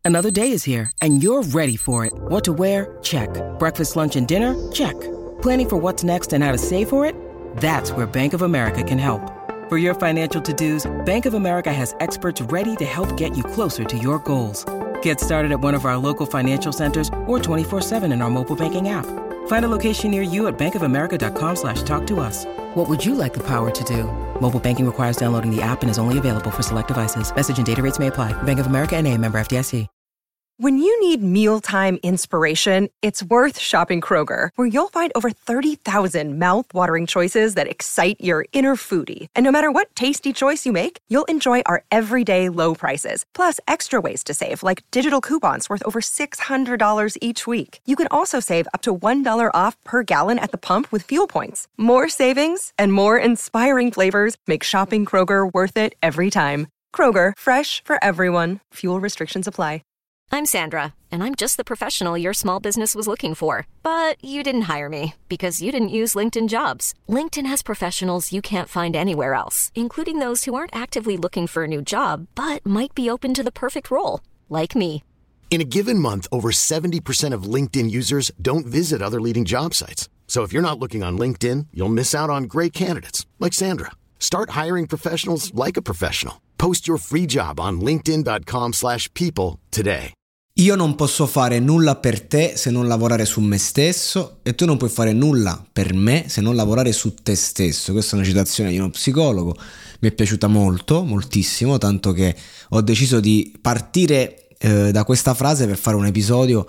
Another day is here, and you're ready for it. What to wear? Check. Breakfast, lunch, and dinner? Check. Planning for what's next and how to save for it? That's where Bank of America can help. For your financial to-dos, Bank of America has experts ready to help get you closer to your goals. Get started at one of our local financial centers or 24/7 in our mobile banking app. Find a location near you at bankofamerica.com/talktous. What would you like the power to do? Mobile banking requires downloading the app and is only available for select devices. Message and data rates may apply. Bank of America N.A., member FDIC. When you need mealtime inspiration, it's worth shopping Kroger, where you'll find over 30,000 mouth-watering choices that excite your inner foodie. And no matter what tasty choice you make, you'll enjoy our everyday low prices, plus extra ways to save, like digital coupons worth over $600 each week. You can also save up to $1 off per gallon at the pump with fuel points. More savings and more inspiring flavors make shopping Kroger worth it every time. Kroger, fresh for everyone. Fuel restrictions apply. I'm Sandra, and I'm just the professional your small business was looking for. But you didn't hire me because you didn't use LinkedIn Jobs. LinkedIn has professionals you can't find anywhere else, including those who aren't actively looking for a new job, but might be open to the perfect role, like me. In a given month, over 70% of LinkedIn users don't visit other leading job sites. So if you're not looking on LinkedIn, you'll miss out on great candidates, like Sandra. Start hiring professionals like a professional. Post your free job on linkedin.com/people today. Io non posso fare nulla per te se non lavorare su me stesso, e tu non puoi fare nulla per me se non lavorare su te stesso. Questa è una citazione di uno psicologo, mi è piaciuta molto, moltissimo, tanto che ho deciso di partire da questa frase per fare un episodio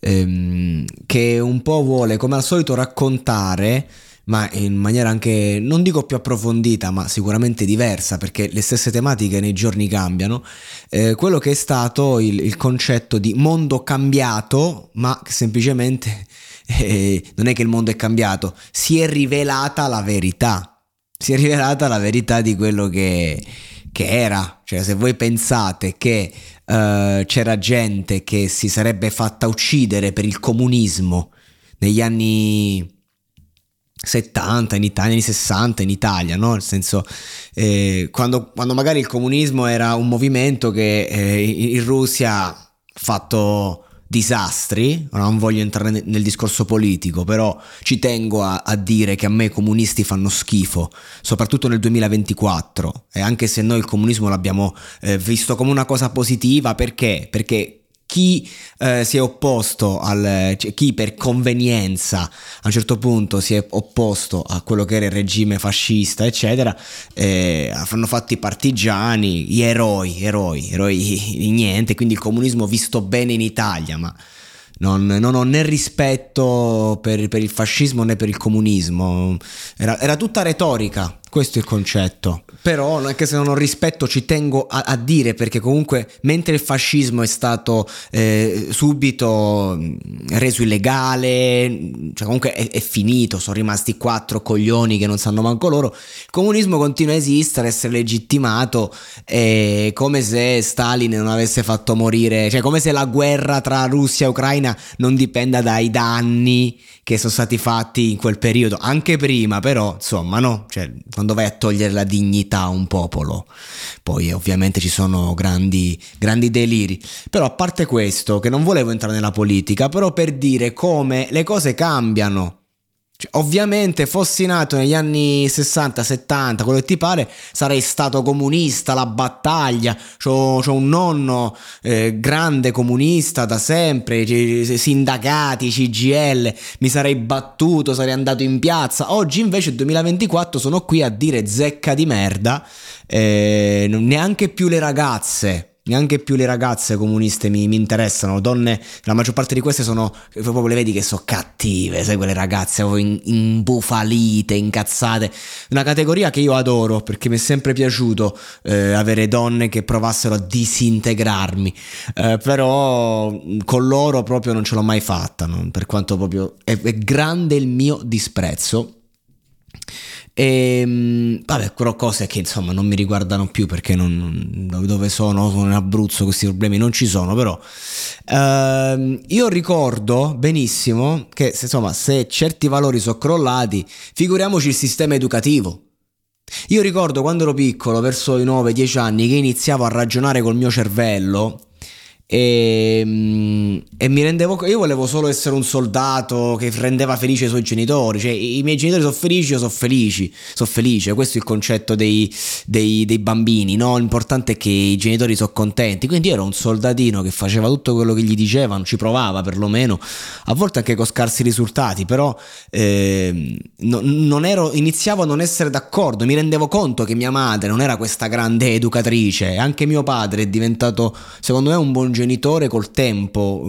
che un po' vuole, come al solito, raccontare, ma in maniera anche, non dico più approfondita, ma sicuramente diversa, perché le stesse tematiche nei giorni cambiano, quello che è stato il concetto di mondo cambiato, ma semplicemente non è che il mondo è cambiato, si è rivelata la verità di quello che era. Cioè, se voi pensate che c'era gente che si sarebbe fatta uccidere per il comunismo negli anni 70 in Italia, anni 60 in Italia, no? Nel senso, quando magari il comunismo era un movimento che in Russia ha fatto disastri. Non voglio entrare nel discorso politico, però ci tengo a dire che a me i comunisti fanno schifo, soprattutto nel 2024, e anche se noi il comunismo l'abbiamo visto come una cosa positiva, perché chi si è opposto chi per convenienza a un certo punto si è opposto a quello che era il regime fascista, eccetera, hanno fatto i partigiani, gli eroi di niente. Quindi il comunismo visto bene in Italia, ma non ho né rispetto per il fascismo né per il comunismo, era tutta retorica, questo è il concetto. Però anche se non ho rispetto ci tengo a dire, perché comunque mentre il fascismo è stato subito reso illegale, cioè comunque è finito, sono rimasti 4 coglioni che non sanno manco loro, il comunismo continua a esistere, essere legittimato, come se Stalin non avesse fatto morire, cioè come se la guerra tra Russia e Ucraina non dipenda dai danni che sono stati fatti in quel periodo, anche prima, però insomma, no, cioè quando vai a togliere la dignità a un popolo, poi ovviamente ci sono grandi deliri. Però a parte questo, che non volevo entrare nella politica, però per dire come le cose cambiano. Cioè, ovviamente fossi nato negli anni 60-70, quello che ti pare, sarei stato comunista, la battaglia, c'ho un nonno grande comunista da sempre, sindacati, CGIL, mi sarei battuto, sarei andato in piazza. Oggi invece 2024 sono qui a dire zecca di merda, neanche più le ragazze comuniste mi interessano. Donne, la maggior parte di queste sono proprio, le vedi che sono cattive, sai, quelle ragazze proprio imbufalite, incazzate. Una categoria che io adoro, perché mi è sempre piaciuto avere donne che provassero a disintegrarmi, però con loro proprio non ce l'ho mai fatta, no? Per quanto proprio è grande il mio disprezzo. E vabbè, però cose che insomma non mi riguardano più, perché dove sono in Abruzzo questi problemi non ci sono. Però io ricordo benissimo che se certi valori sono crollati, figuriamoci il sistema educativo. Io ricordo quando ero piccolo, verso i 9-10 anni, che iniziavo a ragionare col mio cervello e mi rendevo, io volevo solo essere un soldato che rendeva felice i suoi genitori, cioè i miei genitori sono felici, io sono felice, questo è il concetto dei bambini, no? L'importante è che i genitori sono contenti, quindi io ero un soldatino che faceva tutto quello che gli dicevano, ci provava perlomeno, a volte anche con scarsi risultati, però iniziavo a non essere d'accordo, mi rendevo conto che mia madre non era questa grande educatrice, anche mio padre è diventato secondo me un buon genitore col tempo,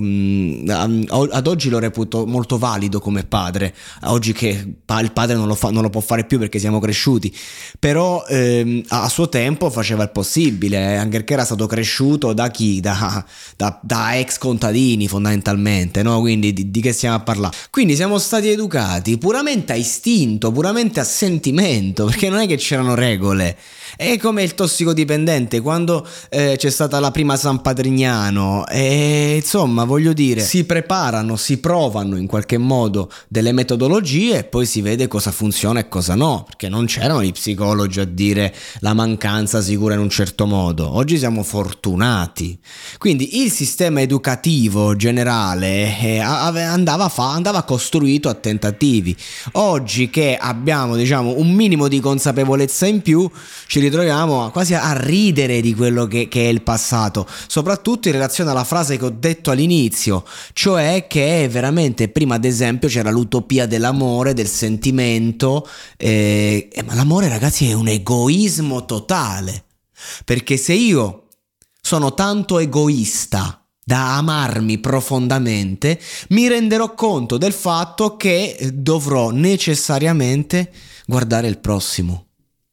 ad oggi lo reputo molto valido come padre, oggi che il padre non lo può fare più perché siamo cresciuti, però a suo tempo faceva il possibile, anche perché era stato cresciuto da chi? Da ex contadini fondamentalmente, no? Quindi di che stiamo a parlare? Quindi siamo stati educati puramente a istinto, puramente a sentimento, perché non è che c'erano regole. È come il tossicodipendente quando c'è stata la prima San Patrignano, insomma voglio dire, si preparano, si provano in qualche modo delle metodologie e poi si vede cosa funziona e cosa no, perché non c'erano gli psicologi a dire la mancanza si cura in un certo modo. Oggi siamo fortunati, quindi il sistema educativo generale andava costruito a tentativi. Oggi che abbiamo, diciamo, un minimo di consapevolezza in più, ci ritroviamo quasi a ridere di quello che è il passato, soprattutto in relazione alla frase che ho detto all'inizio, cioè che veramente prima ad esempio c'era l'utopia dell'amore, del sentimento, ma l'amore, ragazzi, è un egoismo totale, perché se io sono tanto egoista da amarmi profondamente, mi renderò conto del fatto che dovrò necessariamente guardare il prossimo.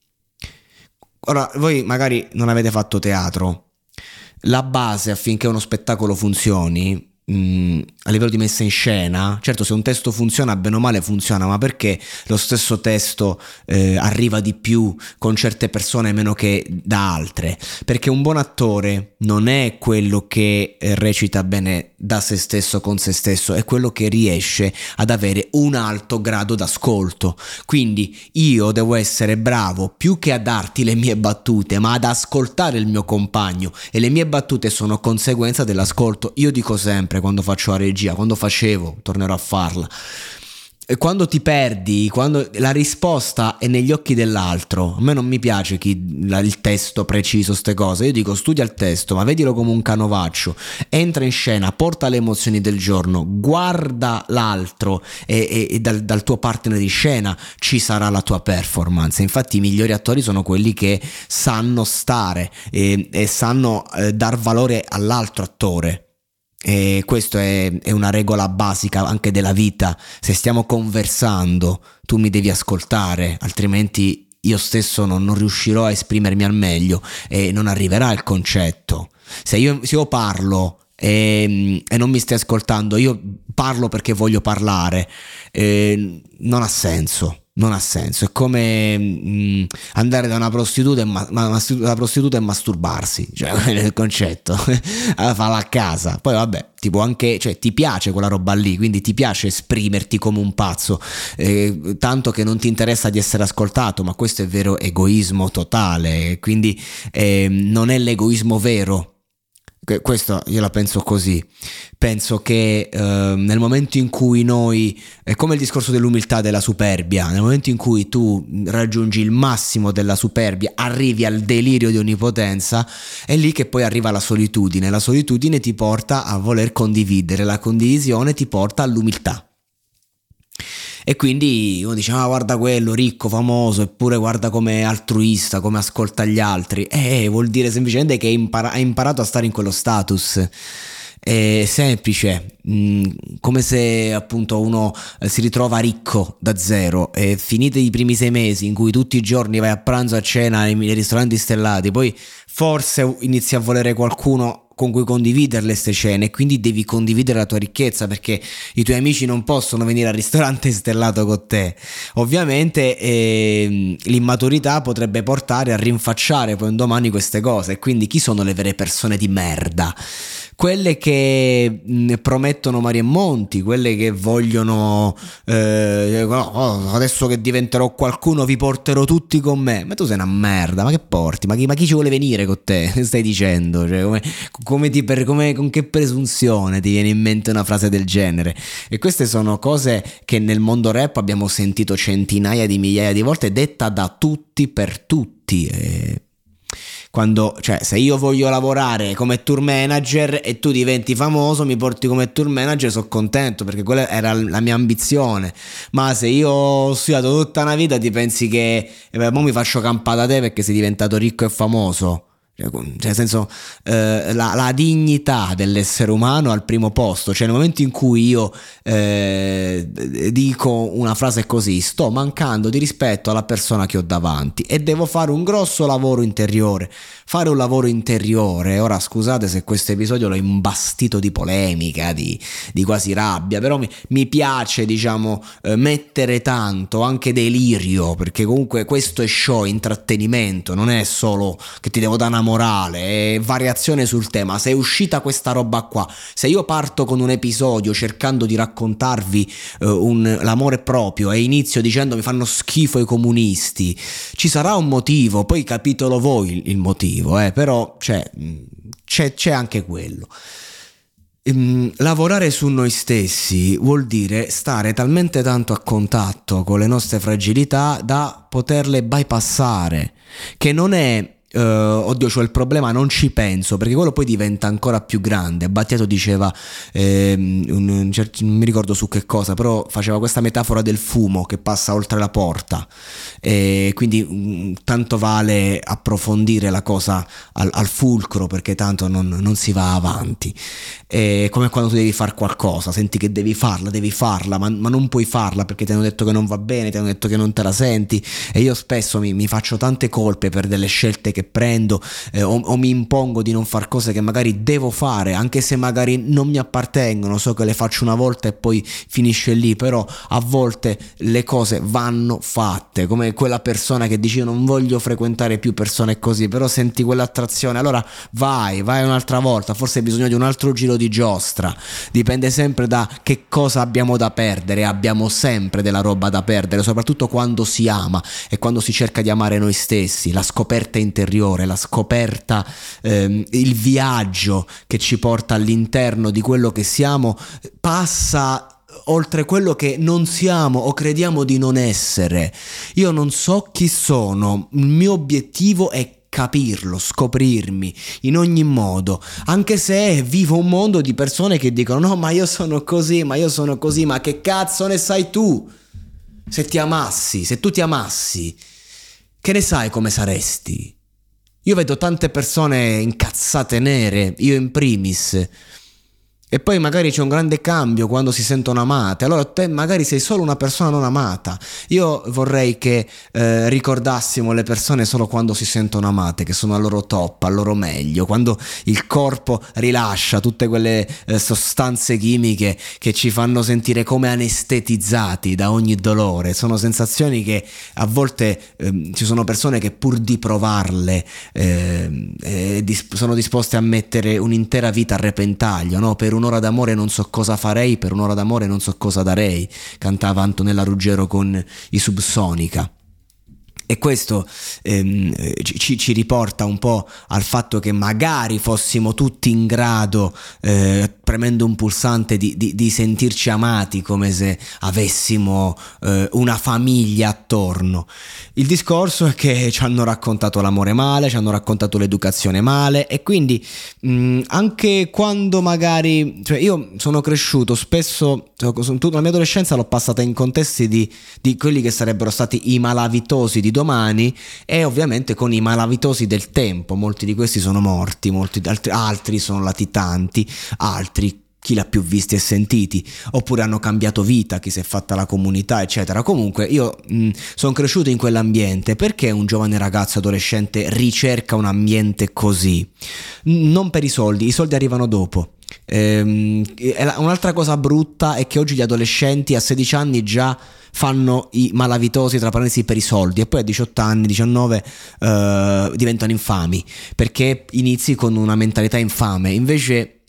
Ora, voi magari non avete fatto teatro, la base affinché uno spettacolo funzioni a livello di messa in scena, certo se un testo funziona bene o male funziona, ma perché lo stesso testo arriva di più con certe persone meno che da altre? Perché un buon attore non è quello che recita bene da se stesso con se stesso, è quello che riesce ad avere un alto grado d'ascolto. Quindi io devo essere bravo più che a darti le mie battute, ma ad ascoltare il mio compagno, e le mie battute sono conseguenza dell'ascolto. Io dico sempre, quando faccio la regia, quando facevo, tornerò a farla, e quando ti perdi, quando la risposta è negli occhi dell'altro, a me non mi piace il testo preciso, ste cose, io dico studia il testo, ma vedilo come un canovaccio, entra in scena, porta le emozioni del giorno, guarda l'altro e dal tuo partner di scena ci sarà la tua performance. Infatti i migliori attori sono quelli che sanno stare e sanno dar valore all'altro attore. E questo è una regola basica anche della vita. Se stiamo conversando, tu mi devi ascoltare, altrimenti io stesso non riuscirò a esprimermi al meglio e non arriverà il concetto. Se io parlo e non mi stai ascoltando, io parlo perché voglio parlare, non ha senso. Non ha senso, è come andare da una prostituta e masturbarsi, cioè è il concetto, farla a casa. Poi vabbè, tipo anche, cioè ti piace quella roba lì, quindi ti piace esprimerti come un pazzo, tanto che non ti interessa di essere ascoltato, ma questo è vero egoismo totale, quindi non è l'egoismo vero. Questo io la penso così, penso che nel momento in cui noi, è come il discorso dell'umiltà, della superbia, nel momento in cui tu raggiungi il massimo della superbia, arrivi al delirio di onnipotenza, è lì che poi arriva la solitudine ti porta a voler condividere, la condivisione ti porta all'umiltà. E quindi uno dice guarda quello ricco, famoso, eppure guarda come altruista, come ascolta gli altri, vuol dire semplicemente che ha imparato a stare in quello status. È semplice, come se appunto uno si ritrova ricco da zero e finite i primi 6 mesi in cui tutti i giorni vai a pranzo, a cena nei ristoranti stellati, poi forse inizi a volere qualcuno con cui condividere queste cene, e quindi devi condividere la tua ricchezza, perché i tuoi amici non possono venire al ristorante stellato con te. Ovviamente l'immaturità potrebbe portare a rinfacciare poi un domani queste cose, e quindi chi sono le vere persone di merda? quelle che promettono mari e monti, quelle che vogliono adesso che diventerò qualcuno vi porterò tutti con me. Ma tu sei una merda, ma che porti? Ma chi ci vuole venire con te? Che stai dicendo? Cioè, con che presunzione ti viene in mente una frase del genere? E queste sono cose che nel mondo rap abbiamo sentito centinaia di migliaia di volte, detta da tutti per tutti. Quando, cioè, se io voglio lavorare come tour manager e tu diventi famoso, mi porti come tour manager, sono contento, perché quella era la mia ambizione. Ma se io ho studiato tutta una vita, ti pensi che mo mi faccio campare da te perché sei diventato ricco e famoso? Cioè, nel senso, la dignità dell'essere umano al primo posto. Cioè, nel momento in cui io dico una frase così, sto mancando di rispetto alla persona che ho davanti e devo fare un grosso lavoro interiore. Fare un lavoro interiore, ora scusate se questo episodio l'ho imbastito di polemica, di quasi rabbia, però mi piace, diciamo, mettere tanto, anche delirio, perché comunque questo è show, intrattenimento, non è solo che ti devo dare una morale, è variazione sul tema. Se è uscita questa roba qua, se io parto con un episodio cercando di raccontarvi l'amore proprio e inizio dicendo mi fanno schifo i comunisti, ci sarà un motivo, poi capitolo voi il motivo, però c'è anche quello. Lavorare su noi stessi vuol dire stare talmente tanto a contatto con le nostre fragilità da poterle bypassare, che non è oddio, c'ho il problema, non ci penso, perché quello poi diventa ancora più grande. Battiato diceva non mi ricordo su che cosa, però faceva questa metafora del fumo che passa oltre la porta, e quindi tanto vale approfondire la cosa al fulcro, perché tanto non si va avanti. È come quando tu devi fare qualcosa, senti che devi farla, ma non puoi farla perché ti hanno detto che non va bene, ti hanno detto che non te la senti, e io spesso mi faccio tante colpe per delle scelte che prendo, o mi impongo di non far cose che magari devo fare, anche se magari non mi appartengono, so che le faccio una volta e poi finisce lì, però a volte le cose vanno fatte, come quella persona che dice io non voglio frequentare più persone così, però senti quell'attrazione, allora vai un'altra volta, forse hai bisogno di un altro giro di giostra. Dipende sempre da che cosa abbiamo da perdere. Abbiamo sempre della roba da perdere, soprattutto quando si ama e quando si cerca di amare noi stessi. La scoperta interiore, la scoperta, il viaggio che ci porta all'interno di quello che siamo, passa oltre quello che non siamo o crediamo di non essere. Io non so chi sono, il mio obiettivo è capirlo, scoprirmi in ogni modo, anche se vivo un mondo di persone che dicono no, ma io sono così, ma che cazzo ne sai tu? Se tu ti amassi, che ne sai come saresti? Io vedo tante persone incazzate nere, io in primis, e poi magari c'è un grande cambio quando si sentono amate. Allora te magari sei solo una persona non amata. Io vorrei che ricordassimo le persone solo quando si sentono amate, che sono al loro top, al loro meglio, quando il corpo rilascia tutte quelle sostanze chimiche che ci fanno sentire come anestetizzati da ogni dolore. Sono sensazioni che a volte ci sono persone che pur di provarle sono disposte a mettere un'intera vita a repentaglio, no? Per un'ora d'amore non so cosa farei, per un'ora d'amore non so cosa darei, cantava Antonella Ruggero con i Subsonica. E questo ci riporta un po' al fatto che magari fossimo tutti in grado, premendo un pulsante, di sentirci amati, come se avessimo una famiglia attorno. Il discorso è che ci hanno raccontato l'amore male, ci hanno raccontato l'educazione male, e quindi anche quando magari, cioè io sono cresciuto spesso, tutta la mia adolescenza l'ho passata in contesti di quelli che sarebbero stati i malavitosi di domani, e ovviamente con i malavitosi del tempo. Molti di questi sono morti, altri sono latitanti, altri chi l'ha più visti e sentiti, oppure hanno cambiato vita, chi si è fatta la comunità, eccetera. Comunque io sono cresciuto in quell'ambiente. Perché un giovane ragazzo adolescente ricerca un ambiente così? Non per i soldi arrivano dopo. Un'altra cosa brutta è che oggi gli adolescenti a 16 anni già fanno i malavitosi, tra parentesi, per i soldi, e poi a 18 anni, 19 diventano infami, perché inizi con una mentalità infame. Invece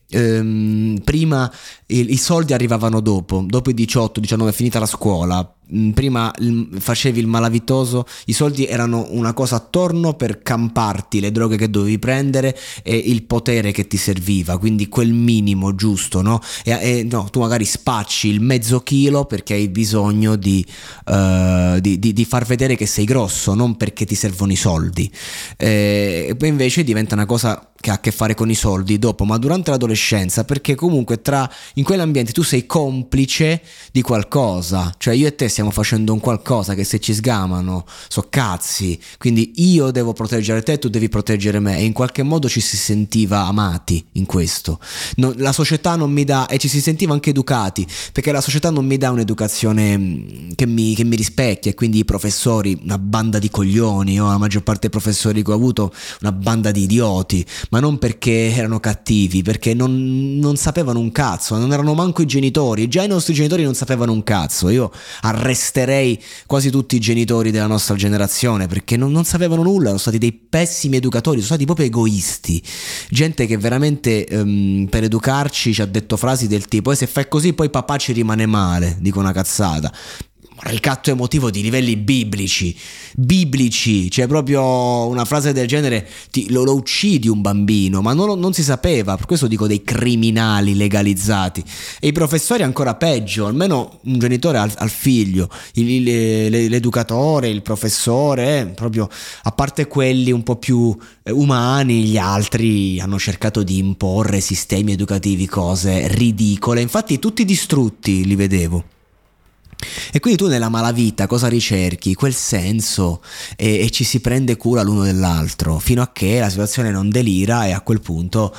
prima i soldi arrivavano dopo i 18-19, finita la scuola. Prima facevi il malavitoso, i soldi erano una cosa attorno per camparti le droghe che dovevi prendere e il potere che ti serviva, quindi quel minimo giusto, no? No, tu magari spacci il mezzo chilo perché hai bisogno di far vedere che sei grosso, non perché ti servono i soldi, e poi invece diventa una cosa che ha a che fare con i soldi dopo, ma durante l'adolescenza, perché comunque in quell'ambiente tu sei complice di qualcosa, cioè io e te stiamo facendo un qualcosa che se ci sgamano so cazzi, quindi io devo proteggere te, tu devi proteggere me, e in qualche modo ci si sentiva amati in questo. La società non mi dà, e ci si sentiva anche educati, perché la società non mi dà un'educazione che mi rispecchia, e quindi i professori, una banda di coglioni, la maggior parte dei professori che ho avuto, una banda di idioti, ma non perché erano cattivi, perché non sapevano un cazzo, non erano manco i genitori, già i nostri genitori non sapevano un cazzo. Io arresterei quasi tutti i genitori della nostra generazione, perché non sapevano nulla, sono stati dei pessimi educatori, sono stati proprio egoisti, gente che veramente per educarci ci ha detto frasi del tipo se fai così poi papà ci rimane male, dico una cazzata. Ricatto emotivo di livelli biblici, cioè proprio una frase del genere lo uccidi un bambino, ma non si sapeva, per questo dico dei criminali legalizzati. E i professori ancora peggio, almeno un genitore al figlio, l'educatore, il professore, proprio, a parte quelli un po' più umani, gli altri hanno cercato di imporre sistemi educativi, cose ridicole, infatti tutti distrutti li vedevo. E quindi tu nella malavita cosa ricerchi? Quel senso, e ci si prende cura l'uno dell'altro fino a che la situazione non delira, e a quel punto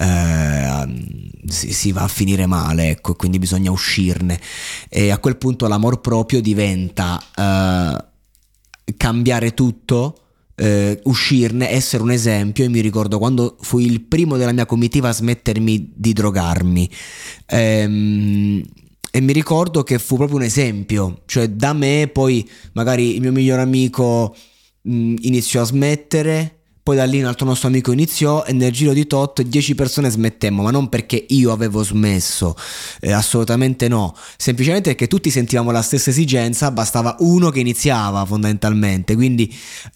si va a finire male, ecco, quindi bisogna uscirne, e a quel punto l'amor proprio diventa cambiare tutto, uscirne, essere un esempio. E mi ricordo quando fui il primo della mia comitiva a smettermi di drogarmi, e mi ricordo che fu proprio un esempio, cioè da me poi magari il mio migliore amico iniziò a smettere, poi da lì un altro nostro amico iniziò, e nel giro di 10 persone smettemmo, ma non perché io avevo smesso, assolutamente no, semplicemente perché tutti sentivamo la stessa esigenza, bastava uno che iniziava fondamentalmente, quindi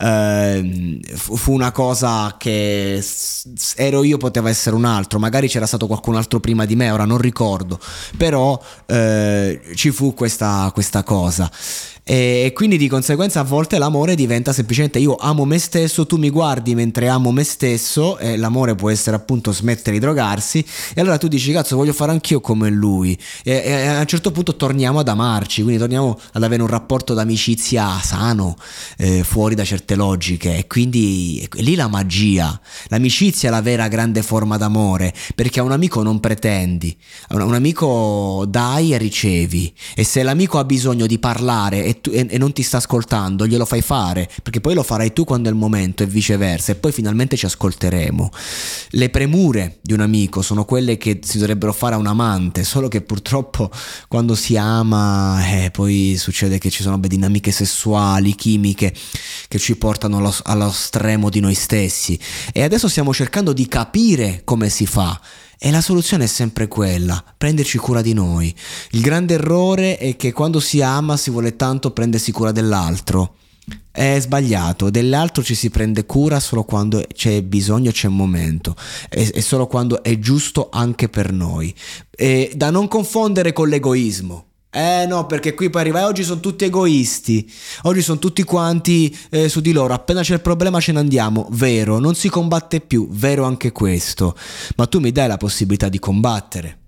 fu una cosa che ero io, poteva essere un altro, magari c'era stato qualcun altro prima di me, ora non ricordo, però ci fu questa cosa. E quindi di conseguenza a volte l'amore diventa semplicemente io amo me stesso, tu mi guardi mentre amo me stesso, e l'amore può essere appunto smettere di drogarsi, e allora tu dici cazzo voglio fare anch'io come lui, e a un certo punto torniamo ad amarci, quindi torniamo ad avere un rapporto d'amicizia sano, fuori da certe logiche, e quindi lì la magia, l'amicizia è la vera grande forma d'amore, perché a un amico non pretendi, a un amico dai e ricevi, e se l'amico ha bisogno di parlare e non ti sta ascoltando, glielo fai fare, perché poi lo farai tu quando è il momento, e viceversa, e poi finalmente ci ascolteremo. Le premure di un amico sono quelle che si dovrebbero fare a un amante, solo che purtroppo quando si ama poi succede che ci sono dinamiche sessuali, chimiche, che ci portano allo stremo di noi stessi, e adesso stiamo cercando di capire come si fa. E la soluzione è sempre quella, prenderci cura di noi. Il grande errore è che quando si ama si vuole tanto prendersi cura dell'altro. È sbagliato, dell'altro ci si prende cura solo quando c'è bisogno, c'è un momento, e solo quando è giusto anche per noi. E da non confondere con l'egoismo. No, perché qui poi arriva, oggi sono tutti egoisti, oggi sono tutti quanti su di loro, appena c'è il problema ce ne andiamo. Vero, non si combatte più, vero anche questo, ma tu mi dai la possibilità di combattere.